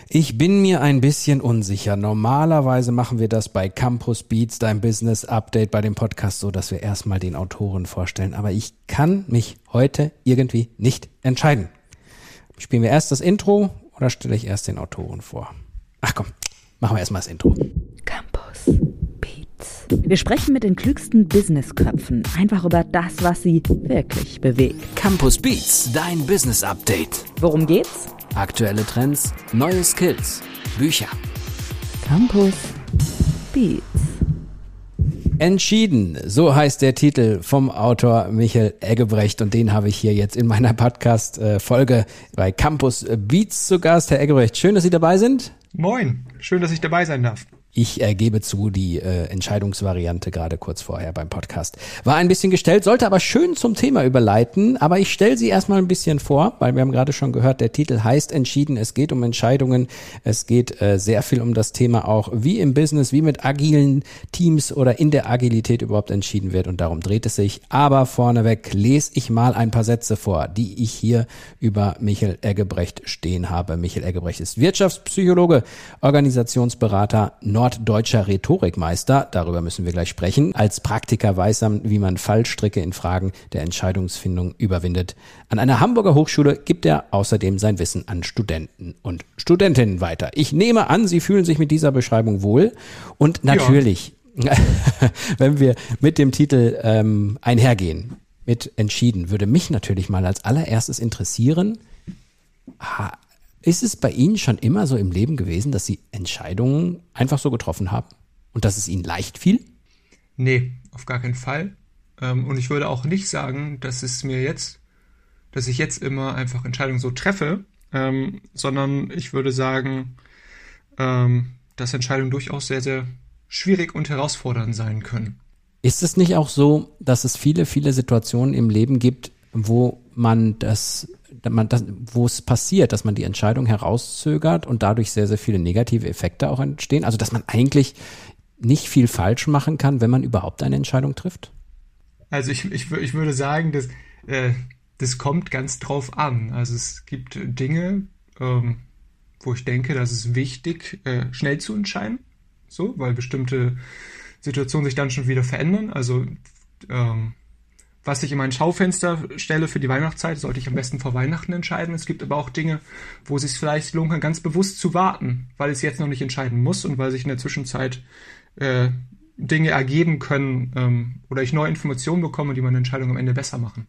Ich bin mir ein bisschen unsicher. Normalerweise machen wir das bei Campus Beats, dein Business Update bei dem Podcast, so dass wir erstmal den Autoren vorstellen. Aber ich kann mich heute irgendwie nicht entscheiden. Spielen wir erst das Intro oder stelle ich erst den Autoren vor? Ach komm, machen wir erstmal das Intro. Campus Beats. Wir sprechen mit den klügsten Businessköpfen einfach über das, was sie wirklich bewegt. Campus Beats, dein Business Update. Worum geht's? Aktuelle Trends, neue Skills, Bücher. Campus Beats. Entschieden, so heißt der Titel vom Autor Michael Eggebrecht und den habe ich hier jetzt in meiner Podcast-Folge bei Campus Beats zu Gast. Herr Eggebrecht, schön, dass Sie dabei sind. Moin, schön, dass ich dabei sein darf. Ich gebe zu, die Entscheidungsvariante gerade kurz vorher beim Podcast war ein bisschen gestellt, sollte aber schön zum Thema überleiten. Aber ich stelle sie erstmal ein bisschen vor, weil wir haben gerade schon gehört, der Titel heißt Entschieden. Es geht um Entscheidungen. Es geht sehr viel um das Thema auch, wie im Business, wie mit agilen Teams oder in der Agilität überhaupt entschieden wird. Und darum dreht es sich. Aber vorneweg lese ich mal ein paar Sätze vor, die ich hier über Michael Eggebrecht stehen habe. Michael Eggebrecht ist Wirtschaftspsychologe, Organisationsberater, norddeutscher Rhetorikmeister, darüber müssen wir gleich sprechen. Als Praktiker weiß er, wie man Fallstricke in Fragen der Entscheidungsfindung überwindet. An einer Hamburger Hochschule gibt er außerdem sein Wissen an Studenten und Studentinnen weiter. Ich nehme an, Sie fühlen sich mit dieser Beschreibung wohl. Und natürlich, wenn wir mit dem Titel einhergehen, mit Entschieden, würde mich natürlich mal als allererstes interessieren, ist es bei Ihnen schon immer so im Leben gewesen, dass Sie Entscheidungen einfach so getroffen haben und dass es Ihnen leicht fiel? Nee, auf gar keinen Fall. Und ich würde auch nicht sagen, dass ich jetzt immer einfach Entscheidungen so treffe, sondern ich würde sagen, dass Entscheidungen durchaus sehr, sehr schwierig und herausfordernd sein können. Ist es nicht auch so, dass es viele, viele Situationen im Leben gibt, wo wo es passiert, dass man die Entscheidung herauszögert und dadurch sehr, sehr viele negative Effekte auch entstehen? Also, dass man eigentlich nicht viel falsch machen kann, wenn man überhaupt eine Entscheidung trifft? Also ich würde sagen, das kommt ganz drauf an. Also es gibt Dinge, wo ich denke, das ist wichtig, schnell zu entscheiden, so, weil bestimmte Situationen sich dann schon wieder verändern. Also was ich in mein Schaufenster stelle für die Weihnachtszeit, sollte ich am besten vor Weihnachten entscheiden. Es gibt aber auch Dinge, wo es sich vielleicht lohnt, ganz bewusst zu warten, weil ich es jetzt noch nicht entscheiden muss und weil sich in der Zwischenzeit Dinge ergeben können oder ich neue Informationen bekomme, die meine Entscheidung am Ende besser machen.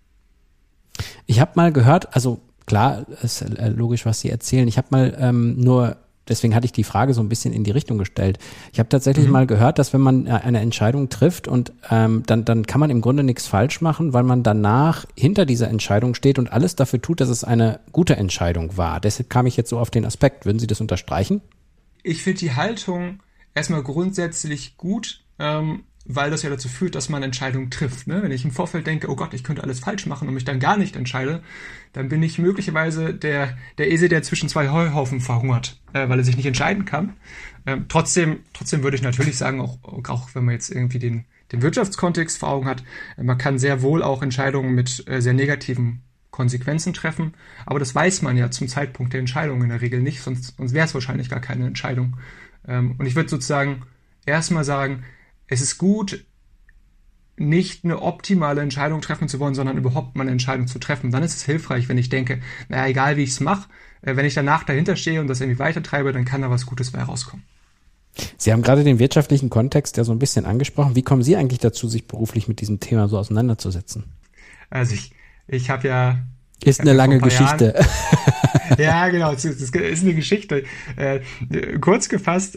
Ich habe mal gehört, also klar, ist logisch, was Sie erzählen. Ich habe mal deswegen hatte ich die Frage so ein bisschen in die Richtung gestellt. Ich habe tatsächlich mal gehört, dass wenn man eine Entscheidung trifft und dann kann man im Grunde nichts falsch machen, weil man danach hinter dieser Entscheidung steht und alles dafür tut, dass es eine gute Entscheidung war. Deshalb kam ich jetzt so auf den Aspekt. Würden Sie das unterstreichen? Ich finde die Haltung erstmal grundsätzlich gut, weil das ja dazu führt, dass man Entscheidungen trifft. Ne? Wenn ich im Vorfeld denke, oh Gott, ich könnte alles falsch machen und mich dann gar nicht entscheide, dann bin ich möglicherweise der Esel, der zwischen zwei Heuhaufen verhungert, weil er sich nicht entscheiden kann. Trotzdem würde ich natürlich sagen, auch wenn man jetzt irgendwie den Wirtschaftskontext vor Augen hat, man kann sehr wohl auch Entscheidungen mit sehr negativen Konsequenzen treffen, aber das weiß man ja zum Zeitpunkt der Entscheidung in der Regel nicht, sonst wäre es wahrscheinlich gar keine Entscheidung. Und ich würde sozusagen erstmal sagen, es ist gut, nicht eine optimale Entscheidung treffen zu wollen, sondern überhaupt mal eine Entscheidung zu treffen. Dann ist es hilfreich, wenn ich denke, naja, egal wie ich es mache, wenn ich danach dahinter stehe und das irgendwie weitertreibe, dann kann da was Gutes bei rauskommen. Sie haben gerade den wirtschaftlichen Kontext ja so ein bisschen angesprochen. Wie kommen Sie eigentlich dazu, sich beruflich mit diesem Thema so auseinanderzusetzen? Also ich habe ja... Ist eine lange Geschichte. Ja, genau, das ist eine Geschichte. Kurz gefasst,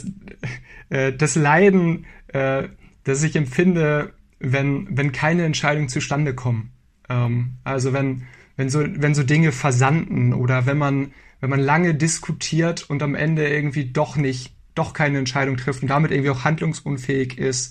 das Leiden, das ich empfinde, wenn keine Entscheidungen zustande kommen. Also wenn so Dinge versanden oder wenn man lange diskutiert und am Ende irgendwie doch keine Entscheidung trifft und damit irgendwie auch handlungsunfähig ist.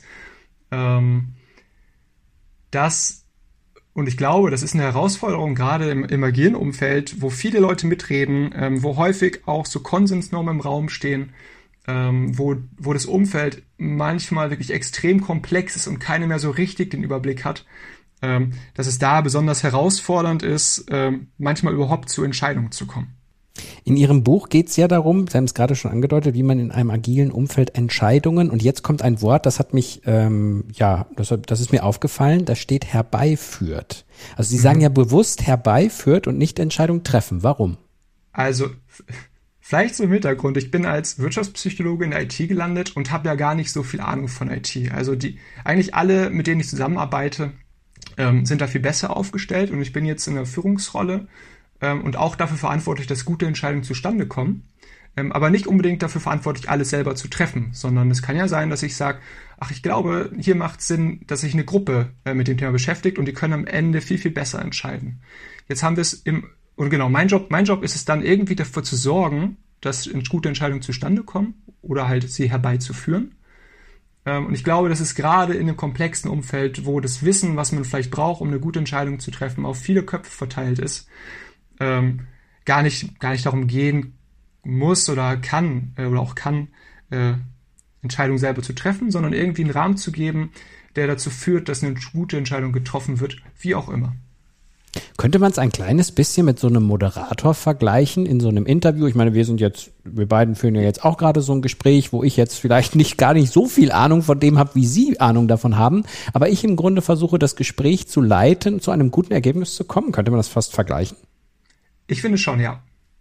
Und ich glaube, das ist eine Herausforderung, gerade im agilen Umfeld, wo viele Leute mitreden, wo häufig auch so Konsensnormen im Raum stehen, wo das Umfeld manchmal wirklich extrem komplex ist und keiner mehr so richtig den Überblick hat, dass es da besonders herausfordernd ist, manchmal überhaupt zu Entscheidungen zu kommen. In Ihrem Buch geht es ja darum, Sie haben es gerade schon angedeutet, wie man in einem agilen Umfeld Entscheidungen, und jetzt kommt ein Wort, das hat mich, das ist mir aufgefallen, da steht herbeiführt. Also Sie sagen ja bewusst herbeiführt und nicht Entscheidung treffen. Warum? Also vielleicht zum Hintergrund, ich bin als Wirtschaftspsychologe in der IT gelandet und habe ja gar nicht so viel Ahnung von IT. Also eigentlich alle, mit denen ich zusammenarbeite, sind da viel besser aufgestellt, und ich bin jetzt in der Führungsrolle und auch dafür verantwortlich, dass gute Entscheidungen zustande kommen, aber nicht unbedingt dafür verantwortlich, alles selber zu treffen, sondern es kann ja sein, dass ich sage, ich glaube, hier macht es Sinn, dass sich eine Gruppe mit dem Thema beschäftigt, und die können am Ende viel, viel besser entscheiden. Jetzt haben wir es und genau, mein Job ist es dann irgendwie dafür zu sorgen, dass gute Entscheidungen zustande kommen oder halt sie herbeizuführen. Und ich glaube, dass es gerade in einem komplexen Umfeld, wo das Wissen, was man vielleicht braucht, um eine gute Entscheidung zu treffen, auf viele Köpfe verteilt ist, gar nicht darum gehen muss oder kann, Entscheidungen selber zu treffen, sondern irgendwie einen Rahmen zu geben, der dazu führt, dass eine gute Entscheidung getroffen wird, wie auch immer. Könnte man es ein kleines bisschen mit so einem Moderator vergleichen in so einem Interview? Ich meine, wir beiden führen ja jetzt auch gerade so ein Gespräch, wo ich jetzt vielleicht gar nicht so viel Ahnung von dem habe, wie Sie Ahnung davon haben, aber ich im Grunde versuche, das Gespräch zu leiten, zu einem guten Ergebnis zu kommen. Könnte man das fast vergleichen? Ich finde schon, ja.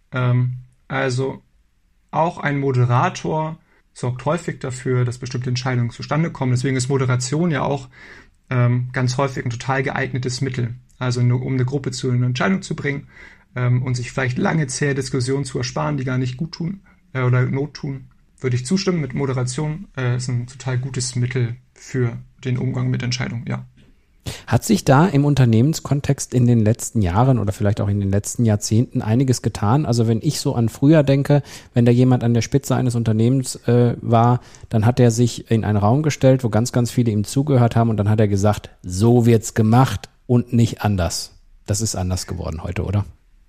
Also auch ein Moderator sorgt häufig dafür, dass bestimmte Entscheidungen zustande kommen. Deswegen ist Moderation ja auch ganz häufig ein total geeignetes Mittel. Also um eine Gruppe zu einer Entscheidung zu bringen und sich vielleicht lange zähe Diskussionen zu ersparen, die gar nicht gut tun oder Not tun, würde ich zustimmen. Mit Moderation ist ein total gutes Mittel für den Umgang mit Entscheidungen, ja. Hat sich da im Unternehmenskontext in den letzten Jahren oder vielleicht auch in den letzten Jahrzehnten einiges getan? Also wenn ich so an früher denke, wenn da jemand an der Spitze eines Unternehmens war, dann hat er sich in einen Raum gestellt, wo ganz, ganz viele ihm zugehört haben, und dann hat er gesagt, so wird's gemacht und nicht anders. Das ist anders geworden heute, oder?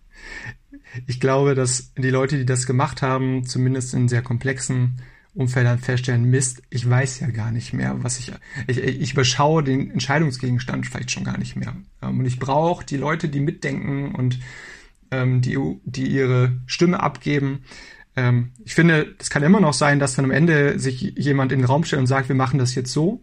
Ich glaube, dass die Leute, die das gemacht haben, zumindest in sehr komplexen Umfeldern feststellen, Mist, ich weiß ja gar nicht mehr, ich überschaue den Entscheidungsgegenstand vielleicht schon gar nicht mehr. Und ich brauche die Leute, die mitdenken und die ihre Stimme abgeben. Ich finde, es kann immer noch sein, dass dann am Ende sich jemand in den Raum stellt und sagt, wir machen das jetzt so.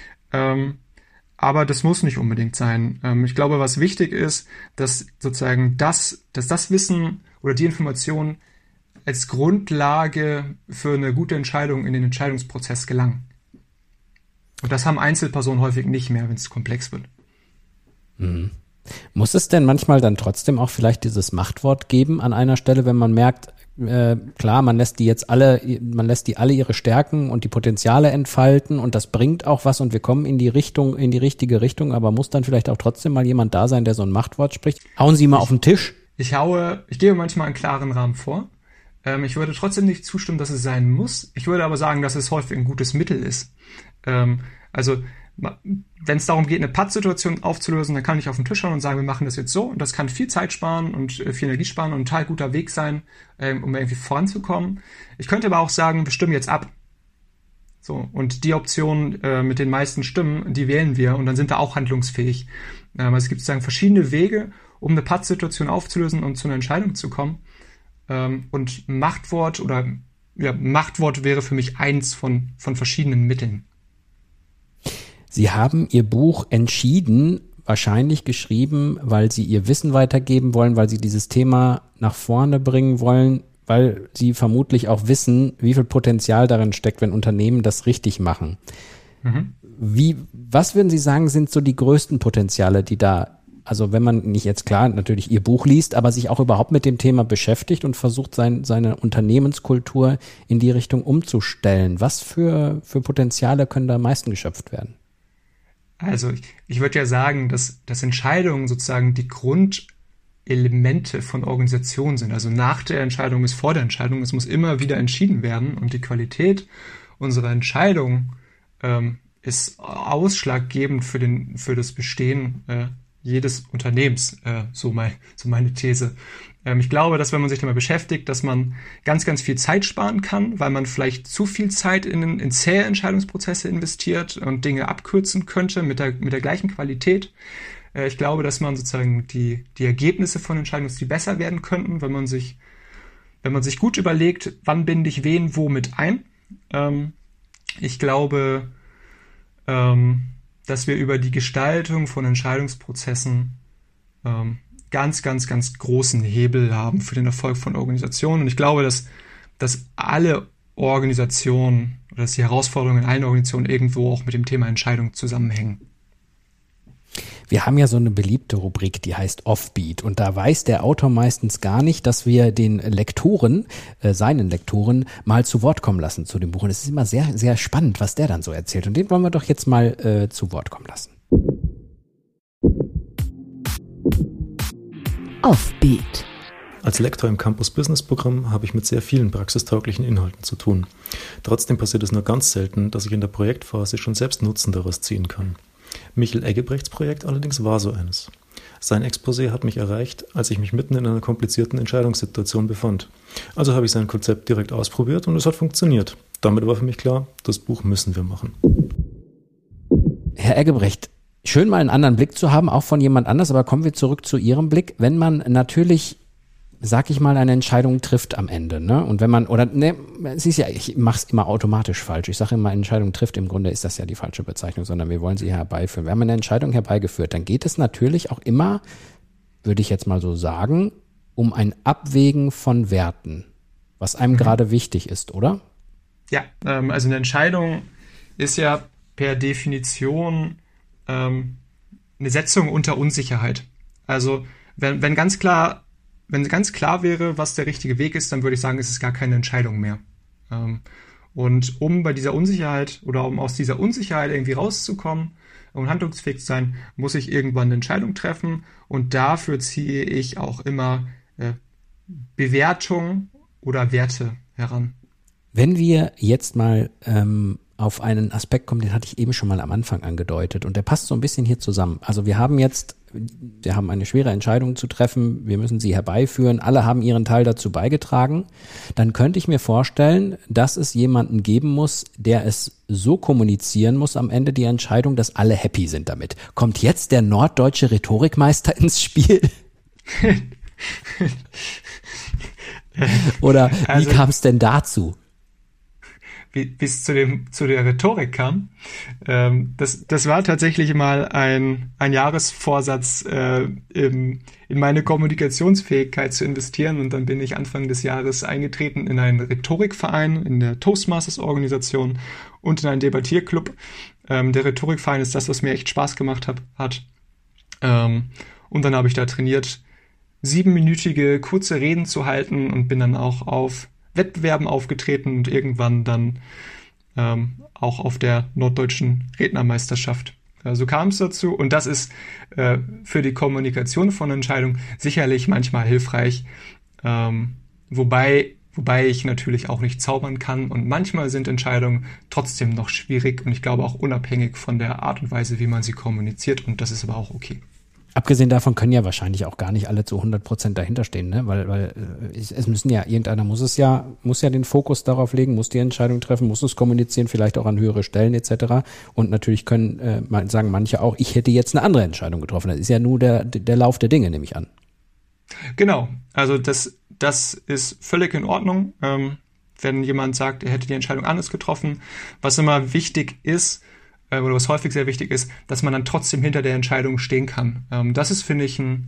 Aber das muss nicht unbedingt sein. Ich glaube, was wichtig ist, dass sozusagen das Wissen oder die Information als Grundlage für eine gute Entscheidung in den Entscheidungsprozess gelangen. Und das haben Einzelpersonen häufig nicht mehr, wenn es komplex wird. Mhm. Muss es denn manchmal dann trotzdem auch vielleicht dieses Machtwort geben an einer Stelle, wenn man merkt, klar, man lässt die alle ihre Stärken und die Potenziale entfalten, und das bringt auch was, und wir kommen in die richtige Richtung, aber muss dann vielleicht auch trotzdem mal jemand da sein, der so ein Machtwort spricht? Hauen Sie mal auf den Tisch. Ich gebe manchmal einen klaren Rahmen vor. Ich würde trotzdem nicht zustimmen, dass es sein muss. Ich würde aber sagen, dass es häufig ein gutes Mittel ist. Also wenn es darum geht, eine Pattsituation aufzulösen, dann kann ich auf den Tisch schauen und sagen, wir machen das jetzt so. Und das kann viel Zeit sparen und viel Energie sparen und ein total guter Weg sein, um irgendwie voranzukommen. Ich könnte aber auch sagen, wir stimmen jetzt ab. So, und die Option mit den meisten Stimmen, die wählen wir, und dann sind wir auch handlungsfähig. Also es gibt sozusagen verschiedene Wege, um eine Pattsituation aufzulösen und zu einer Entscheidung zu kommen. Und Machtwort wäre für mich eins von verschiedenen Mitteln. Sie haben Ihr Buch Entschieden wahrscheinlich geschrieben, weil Sie Ihr Wissen weitergeben wollen, weil Sie dieses Thema nach vorne bringen wollen, weil Sie vermutlich auch wissen, wie viel Potenzial darin steckt, wenn Unternehmen das richtig machen. Mhm. Was würden Sie sagen, sind so die größten Potenziale, die da, also wenn man nicht jetzt klar natürlich Ihr Buch liest, aber sich auch überhaupt mit dem Thema beschäftigt und versucht, seine Unternehmenskultur in die Richtung umzustellen, was für Potenziale können da am meisten geschöpft werden? Also ich würde ja sagen, dass Entscheidungen sozusagen die Grundelemente von Organisationen sind. Also nach der Entscheidung ist vor der Entscheidung. Es muss immer wieder entschieden werden. Und die Qualität unserer Entscheidung ist ausschlaggebend für das Bestehen jedes Unternehmens. So meine These. Ich glaube, dass wenn man sich damit beschäftigt, dass man ganz, ganz viel Zeit sparen kann, weil man vielleicht zu viel Zeit in zähe Entscheidungsprozesse investiert und Dinge abkürzen könnte mit der gleichen Qualität. Ich glaube, dass man sozusagen die Ergebnisse von Entscheidungen, die besser werden könnten, wenn man sich wenn man sich gut überlegt, wann binde ich wen wo mit ein. Ich glaube, dass wir über die Gestaltung von Entscheidungsprozessen ganz, ganz, ganz großen Hebel haben für den Erfolg von Organisationen. Und ich glaube, dass alle Organisationen oder dass die Herausforderungen in allen Organisationen irgendwo auch mit dem Thema Entscheidung zusammenhängen. Wir haben ja so eine beliebte Rubrik, die heißt Offbeat. Und da weiß der Autor meistens gar nicht, dass wir den Lektoren, seinen Lektoren, mal zu Wort kommen lassen zu dem Buch. Und es ist immer sehr, sehr spannend, was der dann so erzählt. Und den wollen wir doch jetzt mal zu Wort kommen lassen. Offbeat. Als Lektor im Campus Business Programm habe ich mit sehr vielen praxistauglichen Inhalten zu tun. Trotzdem passiert es nur ganz selten, dass ich in der Projektphase schon selbst Nutzen daraus ziehen kann. Michel Eggebrechts Projekt allerdings war so eines. Sein Exposé hat mich erreicht, als ich mich mitten in einer komplizierten Entscheidungssituation befand. Also habe ich sein Konzept direkt ausprobiert und es hat funktioniert. Damit war für mich klar, das Buch müssen wir machen. Herr Eggebrecht, schön mal einen anderen Blick zu haben, auch von jemand anders, aber kommen wir zurück zu Ihrem Blick. Wenn man natürlich, sag ich mal, eine Entscheidung trifft am Ende, ne? Und wenn man, es ist ja, ich mache es immer automatisch falsch. Ich sage immer, eine Entscheidung trifft, im Grunde ist das ja die falsche Bezeichnung, sondern wir wollen sie herbeiführen. Wenn man eine Entscheidung herbeigeführt, dann geht es natürlich auch immer, würde ich jetzt mal so sagen, um ein Abwägen von Werten, was einem gerade wichtig ist, oder? Ja, also eine Entscheidung ist ja per Definition eine Setzung unter Unsicherheit. Also wenn ganz klar wäre, was der richtige Weg ist, dann würde ich sagen, es ist gar keine Entscheidung mehr. Und um bei dieser Unsicherheit oder um aus dieser Unsicherheit irgendwie rauszukommen und handlungsfähig zu sein, muss ich irgendwann eine Entscheidung treffen und dafür ziehe ich auch immer Bewertung oder Werte heran. Wenn wir jetzt mal auf einen Aspekt kommen, den hatte ich eben schon mal am Anfang angedeutet und der passt so ein bisschen hier zusammen. Also wir haben eine schwere Entscheidung zu treffen, wir müssen sie herbeiführen, alle haben ihren Teil dazu beigetragen. Dann könnte ich mir vorstellen, dass es jemanden geben muss, der es so kommunizieren muss am Ende die Entscheidung, dass alle happy sind damit. Kommt jetzt der norddeutsche Rhetorikmeister ins Spiel? Oder wie kam es denn dazu? Wie es zu der Rhetorik kam. Das war tatsächlich mal ein Jahresvorsatz, in meine Kommunikationsfähigkeit zu investieren. Und dann bin ich Anfang des Jahres eingetreten in einen Rhetorikverein, in der Toastmasters-Organisation und in einen Debattierclub. Der Rhetorikverein ist das, was mir echt Spaß gemacht hat. Und dann habe ich da trainiert, 7-minütige kurze Reden zu halten und bin dann auch auf Wettbewerben aufgetreten und irgendwann dann auch auf der norddeutschen Rednermeisterschaft. So kam es dazu und das ist für die Kommunikation von Entscheidungen sicherlich manchmal hilfreich, wobei ich natürlich auch nicht zaubern kann und manchmal sind Entscheidungen trotzdem noch schwierig und ich glaube auch unabhängig von der Art und Weise, wie man sie kommuniziert und das ist aber auch okay. Abgesehen davon können ja wahrscheinlich auch gar nicht alle zu 100% dahinterstehen, ne? Weil es müssen ja, irgendeiner muss ja den Fokus darauf legen, muss die Entscheidung treffen, muss es kommunizieren, vielleicht auch an höhere Stellen etc. Und natürlich können sagen manche auch, ich hätte jetzt eine andere Entscheidung getroffen. Das ist ja nur der Lauf der Dinge, nehme ich an. Genau, also das ist völlig in Ordnung, wenn jemand sagt, er hätte die Entscheidung anders getroffen. Was immer wichtig ist, oder was häufig sehr wichtig ist, dass man dann trotzdem hinter der Entscheidung stehen kann. Das ist, finde ich, ein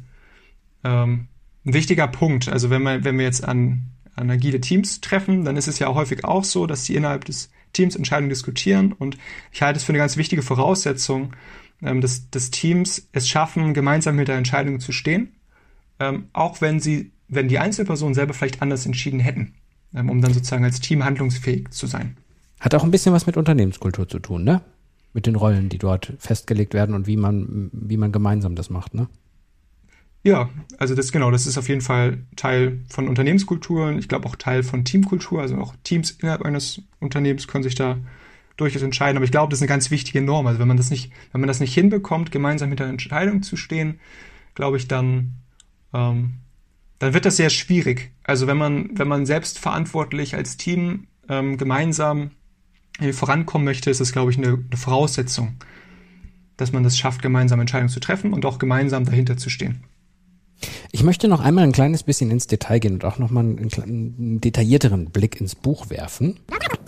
wichtiger Punkt. Also wenn wir jetzt an agile Teams treffen, dann ist es ja häufig auch so, dass die innerhalb des Teams Entscheidungen diskutieren und ich halte es für eine ganz wichtige Voraussetzung, dass Teams es schaffen, gemeinsam mit der Entscheidung zu stehen, auch wenn die Einzelpersonen selber vielleicht anders entschieden hätten, um dann sozusagen als Team handlungsfähig zu sein. Hat auch ein bisschen was mit Unternehmenskultur zu tun, ne? Mit den Rollen, die dort festgelegt werden und wie man gemeinsam das macht, ne? Ja, also das ist auf jeden Fall Teil von Unternehmenskulturen. Ich glaube auch Teil von Teamkultur. Also auch Teams innerhalb eines Unternehmens können sich da durchaus entscheiden. Aber ich glaube, das ist eine ganz wichtige Norm. Also wenn man das nicht hinbekommt, gemeinsam mit der Entscheidung zu stehen, glaube ich, dann wird das sehr schwierig. Also wenn man selbst verantwortlich als Team gemeinsam vorankommen möchte, ist das, glaube ich, eine Voraussetzung, dass man das schafft, gemeinsam Entscheidungen zu treffen und auch gemeinsam dahinter zu stehen. Ich möchte noch einmal ein kleines bisschen ins Detail gehen und auch nochmal einen detaillierteren Blick ins Buch werfen.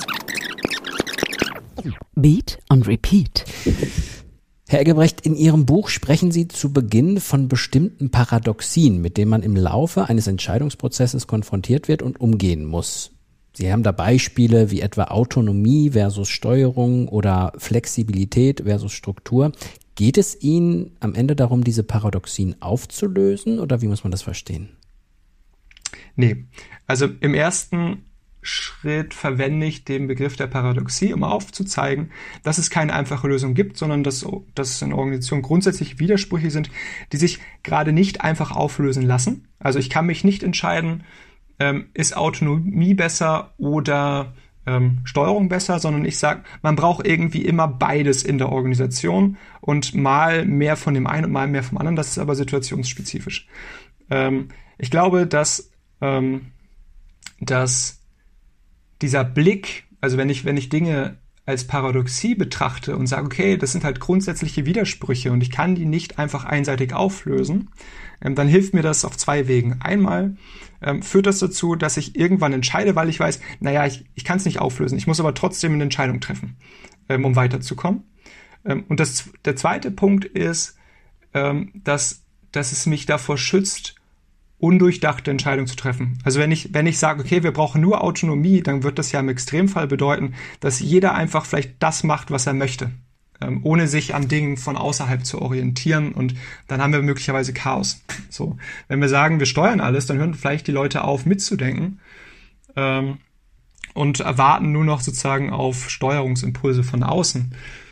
Beat und Repeat. Herr Eggebrecht, in Ihrem Buch sprechen Sie zu Beginn von bestimmten Paradoxien, mit denen man im Laufe eines Entscheidungsprozesses konfrontiert wird und umgehen muss. Sie haben da Beispiele wie etwa Autonomie versus Steuerung oder Flexibilität versus Struktur. Geht es Ihnen am Ende darum, diese Paradoxien aufzulösen oder wie muss man das verstehen? Nee, also im ersten Schritt verwende ich den Begriff der Paradoxie, um aufzuzeigen, dass es keine einfache Lösung gibt, sondern dass es in Organisationen grundsätzlich Widersprüche sind, die sich gerade nicht einfach auflösen lassen. Also ich kann mich nicht entscheiden, ist Autonomie besser oder Steuerung besser, sondern ich sage, man braucht irgendwie immer beides in der Organisation und mal mehr von dem einen und mal mehr vom anderen. Das ist aber situationsspezifisch. Ich glaube, dass dieser Blick, also wenn ich Dinge als Paradoxie betrachte und sage, okay, das sind halt grundsätzliche Widersprüche und ich kann die nicht einfach einseitig auflösen, dann hilft mir das auf zwei Wegen. Einmal führt das dazu, dass ich irgendwann entscheide, weil ich weiß, naja, ich kann es nicht auflösen, ich muss aber trotzdem eine Entscheidung treffen, um weiterzukommen. Und der zweite Punkt ist, dass es mich davor schützt, undurchdachte Entscheidungen zu treffen. Also wenn ich sage, okay, wir brauchen nur Autonomie, dann wird das ja im Extremfall bedeuten, dass jeder einfach vielleicht das macht, was er möchte, ohne sich an Dingen von außerhalb zu orientieren und dann haben wir möglicherweise Chaos. So, wenn wir sagen, wir steuern alles, dann hören vielleicht die Leute auf, mitzudenken und erwarten nur noch sozusagen auf Steuerungsimpulse von außen.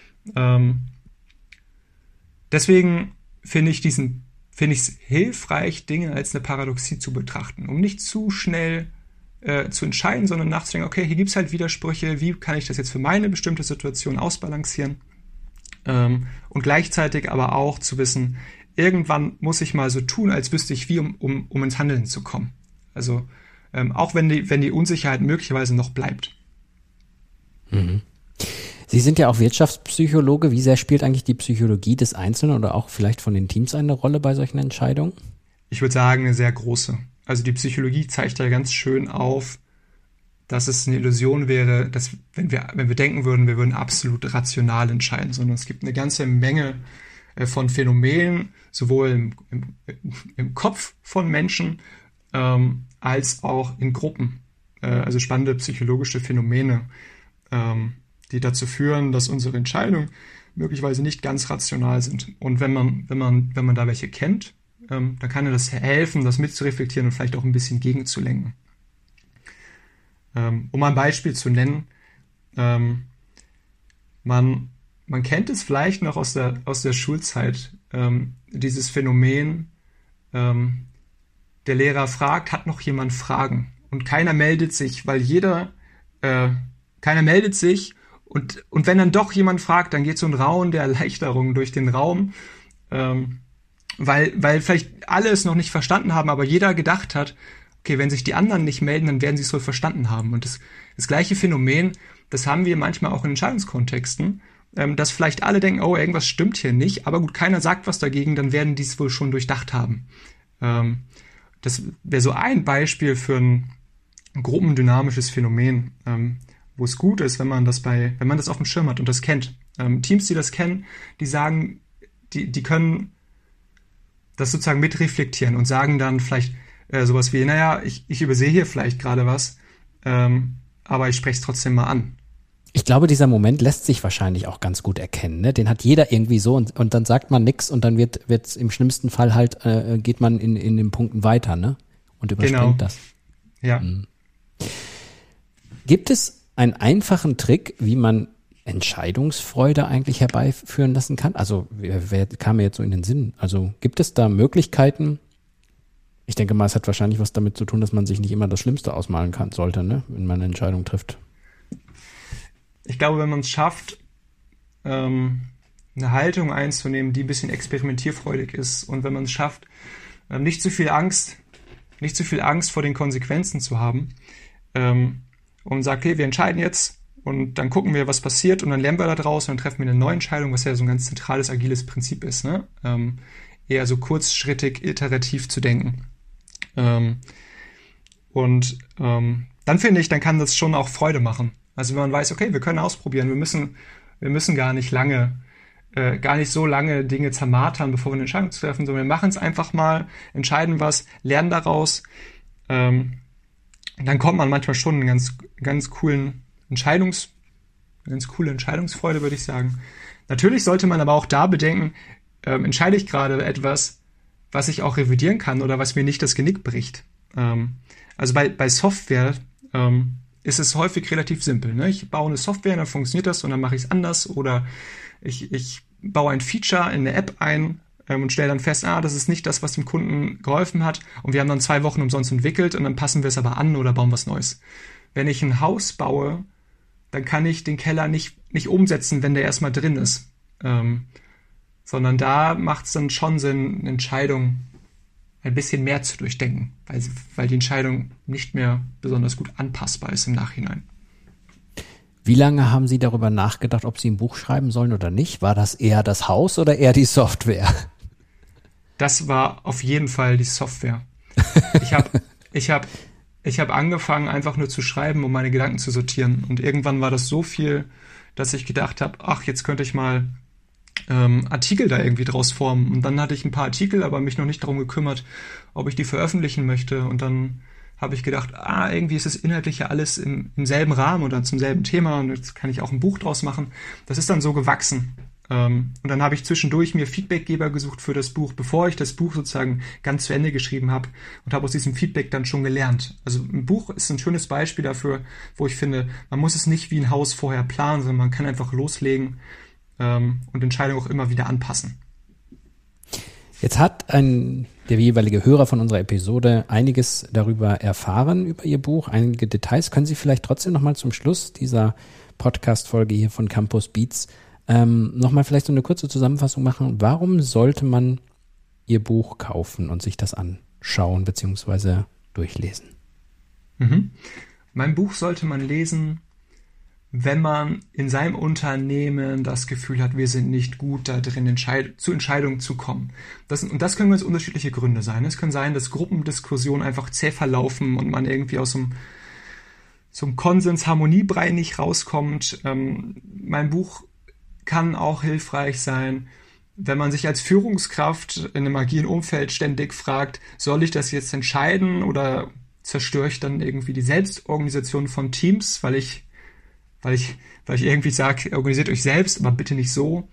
Deswegen finde ich es hilfreich, Dinge als eine Paradoxie zu betrachten, um nicht zu schnell zu entscheiden, sondern nachzudenken, okay, hier gibt es halt Widersprüche, wie kann ich das jetzt für meine bestimmte Situation ausbalancieren? Und gleichzeitig aber auch zu wissen, irgendwann muss ich mal so tun, als wüsste ich, wie um ins Handeln zu kommen. Also auch wenn die Unsicherheit möglicherweise noch bleibt. Mhm. Sie sind ja auch Wirtschaftspsychologe. Wie sehr spielt eigentlich die Psychologie des Einzelnen oder auch vielleicht von den Teams eine Rolle bei solchen Entscheidungen? Ich würde sagen, eine sehr große. Also die Psychologie zeigt ja ganz schön auf, dass es eine Illusion wäre, dass wenn wir denken würden, wir würden absolut rational entscheiden, sondern es gibt eine ganze Menge von Phänomenen, sowohl im Kopf von Menschen als auch in Gruppen. Also spannende psychologische Phänomene, die dazu führen, dass unsere Entscheidungen möglicherweise nicht ganz rational sind. Und wenn man da welche kennt, dann kann das helfen, das mitzureflektieren und vielleicht auch ein bisschen gegenzulenken. Um ein Beispiel zu nennen, man kennt es vielleicht noch aus der Schulzeit, dieses Phänomen, der Lehrer fragt, hat noch jemand Fragen? Und keiner meldet sich, weil keiner meldet sich und wenn dann doch jemand fragt, dann geht so ein Raunen der Erleichterung durch den Raum, weil vielleicht alle es noch nicht verstanden haben, aber jeder gedacht hat, okay, wenn sich die anderen nicht melden, dann werden sie es wohl verstanden haben. Und das gleiche Phänomen, das haben wir manchmal auch in Entscheidungskontexten, dass vielleicht alle denken, oh, irgendwas stimmt hier nicht, aber gut, keiner sagt was dagegen, dann werden die es wohl schon durchdacht haben. Das wäre so ein Beispiel für ein gruppendynamisches Phänomen, wo es gut ist, wenn man das auf dem Schirm hat und das kennt. Teams, die das kennen, die sagen, die können das sozusagen mitreflektieren und sagen dann vielleicht sowas wie, naja, ich übersehe hier vielleicht gerade was, aber ich spreche es trotzdem mal an. Ich glaube, dieser Moment lässt sich wahrscheinlich auch ganz gut erkennen. Ne? Den hat jeder irgendwie so und dann sagt man nichts und dann wird's im schlimmsten Fall halt, geht man in den Punkten weiter, ne? Und überspringt das. Ja. Mhm. Gibt es einen einfachen Trick, wie man Entscheidungsfreude eigentlich herbeiführen lassen kann? Also, wer kam mir jetzt so in den Sinn? Also, gibt es da Möglichkeiten? Ich denke mal, es hat wahrscheinlich was damit zu tun, dass man sich nicht immer das Schlimmste ausmalen sollte, ne? Wenn man eine Entscheidung trifft. Ich glaube, wenn man es schafft, eine Haltung einzunehmen, die ein bisschen experimentierfreudig ist und wenn man es schafft, nicht zu viel Angst vor den Konsequenzen zu haben und sagt, okay, wir entscheiden jetzt und dann gucken wir, was passiert und dann lernen wir da draus und dann treffen wir eine neue Entscheidung, was ja so ein ganz zentrales, agiles Prinzip ist. Ne? eher so kurzschrittig, iterativ zu denken. Dann finde ich, dann kann das schon auch Freude machen. Also wenn man weiß, okay, wir können ausprobieren, wir müssen gar nicht so lange Dinge zermartern, bevor wir eine Entscheidung treffen, sondern wir machen es einfach mal, entscheiden was, lernen daraus. Dann kommt man manchmal schon eine ganz coole Entscheidungsfreude, würde ich sagen. Natürlich sollte man aber auch da bedenken, entscheide ich gerade etwas, was ich auch revidieren kann oder was mir nicht das Genick bricht. Also bei Software ist es häufig relativ simpel. Ne? Ich baue eine Software, dann funktioniert das und dann mache ich es anders. Oder ich baue ein Feature in eine App ein und stelle dann fest, das ist nicht das, was dem Kunden geholfen hat. Und wir haben dann 2 Wochen umsonst entwickelt und dann passen wir es aber an oder bauen was Neues. Wenn ich ein Haus baue, dann kann ich den Keller nicht umsetzen, wenn der erstmal drin ist. Sondern da macht es dann schon Sinn, eine Entscheidung ein bisschen mehr zu durchdenken, weil die Entscheidung nicht mehr besonders gut anpassbar ist im Nachhinein. Wie lange haben Sie darüber nachgedacht, ob Sie ein Buch schreiben sollen oder nicht? War das eher das Haus oder eher die Software? Das war auf jeden Fall die Software. Ich hab angefangen, einfach nur zu schreiben, um meine Gedanken zu sortieren. Und irgendwann war das so viel, dass ich gedacht habe, jetzt könnte ich mal Artikel da irgendwie draus formen. Und dann hatte ich ein paar Artikel, aber mich noch nicht darum gekümmert, ob ich die veröffentlichen möchte. Und dann habe ich gedacht, irgendwie ist das inhaltlich ja alles im selben Rahmen oder zum selben Thema und jetzt kann ich auch ein Buch draus machen. Das ist dann so gewachsen. Und dann habe ich zwischendurch mir Feedbackgeber gesucht für das Buch, bevor ich das Buch sozusagen ganz zu Ende geschrieben habe und habe aus diesem Feedback dann schon gelernt. Also ein Buch ist ein schönes Beispiel dafür, wo ich finde, man muss es nicht wie ein Haus vorher planen, sondern man kann einfach loslegen und Entscheidungen auch immer wieder anpassen. Jetzt hat der jeweilige Hörer von unserer Episode einiges darüber erfahren, über Ihr Buch, einige Details. Können Sie vielleicht trotzdem nochmal zum Schluss dieser Podcast-Folge hier von Campus Beats nochmal vielleicht so eine kurze Zusammenfassung machen? Warum sollte man Ihr Buch kaufen und sich das anschauen bzw. durchlesen? Mein Buch sollte man lesen, wenn man in seinem Unternehmen das Gefühl hat, wir sind nicht gut da drin, zu Entscheidungen zu kommen. Das können ganz unterschiedliche Gründe sein. Es kann sein, dass Gruppendiskussionen einfach zäh verlaufen und man irgendwie aus so einem Konsens-Harmoniebrei nicht rauskommt. Mein Buch kann auch hilfreich sein, wenn man sich als Führungskraft in einem agilen Umfeld ständig fragt, soll ich das jetzt entscheiden oder zerstöre ich dann irgendwie die Selbstorganisation von Teams, weil ich irgendwie sage, organisiert euch selbst, aber bitte nicht so.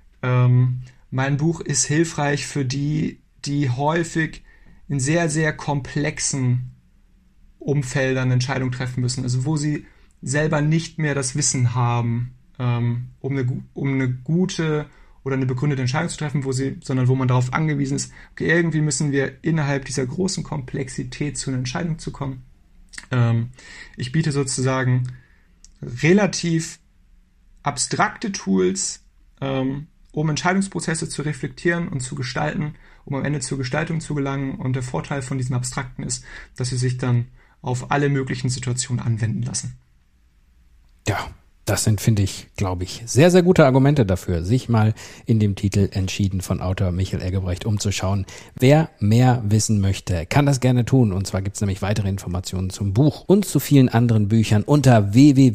Mein Buch ist hilfreich für die häufig in sehr, sehr komplexen Umfeldern Entscheidungen treffen müssen. Also wo sie selber nicht mehr das Wissen haben, um eine gute oder eine begründete Entscheidung zu treffen, sondern wo man darauf angewiesen ist, okay, irgendwie müssen wir innerhalb dieser großen Komplexität zu einer Entscheidung zu kommen. Ich biete sozusagen relativ abstrakte Tools, um Entscheidungsprozesse zu reflektieren und zu gestalten, um am Ende zur Gestaltung zu gelangen. Und der Vorteil von diesem Abstrakten ist, dass sie sich dann auf alle möglichen Situationen anwenden lassen. Ja, das sind, finde ich, glaube ich, sehr, sehr gute Argumente dafür, sich mal in dem Titel Entschieden von Autor Michael Eggebrecht umzuschauen. Wer mehr wissen möchte, kann das gerne tun. Und zwar gibt es nämlich weitere Informationen zum Buch und zu vielen anderen Büchern unter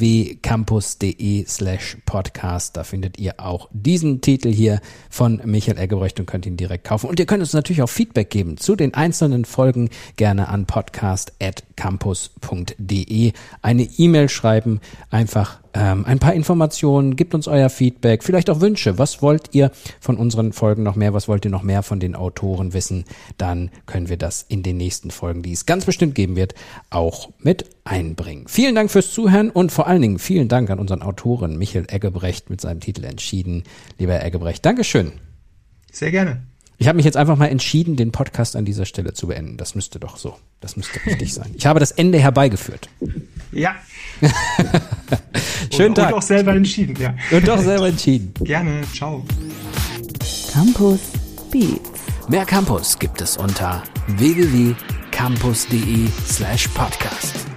www.campus.de/podcast. Da findet ihr auch diesen Titel hier von Michael Eggebrecht und könnt ihn direkt kaufen. Und ihr könnt uns natürlich auch Feedback geben zu den einzelnen Folgen, gerne an podcast@campus.de. Eine E-Mail schreiben, einfach ein paar Informationen, gebt uns euer Feedback, vielleicht auch Wünsche. Was wollt ihr von unseren Folgen noch mehr? Was wollt ihr noch mehr von den Autoren wissen? Dann können wir das in den nächsten Folgen, die es ganz bestimmt geben wird, auch mit einbringen. Vielen Dank fürs Zuhören und vor allen Dingen vielen Dank an unseren Autoren Michael Eggebrecht mit seinem Titel Entschieden. Lieber Herr Eggebrecht, Dankeschön. Sehr gerne. Ich habe mich jetzt einfach mal entschieden, den Podcast an dieser Stelle zu beenden. Das müsste richtig sein. Ich habe das Ende herbeigeführt. Ja. Schönen Tag. Und auch selber entschieden, ja. Und doch selber entschieden. Gerne, ciao. Campus Beats. Mehr Campus gibt es unter www.campus.de/podcast.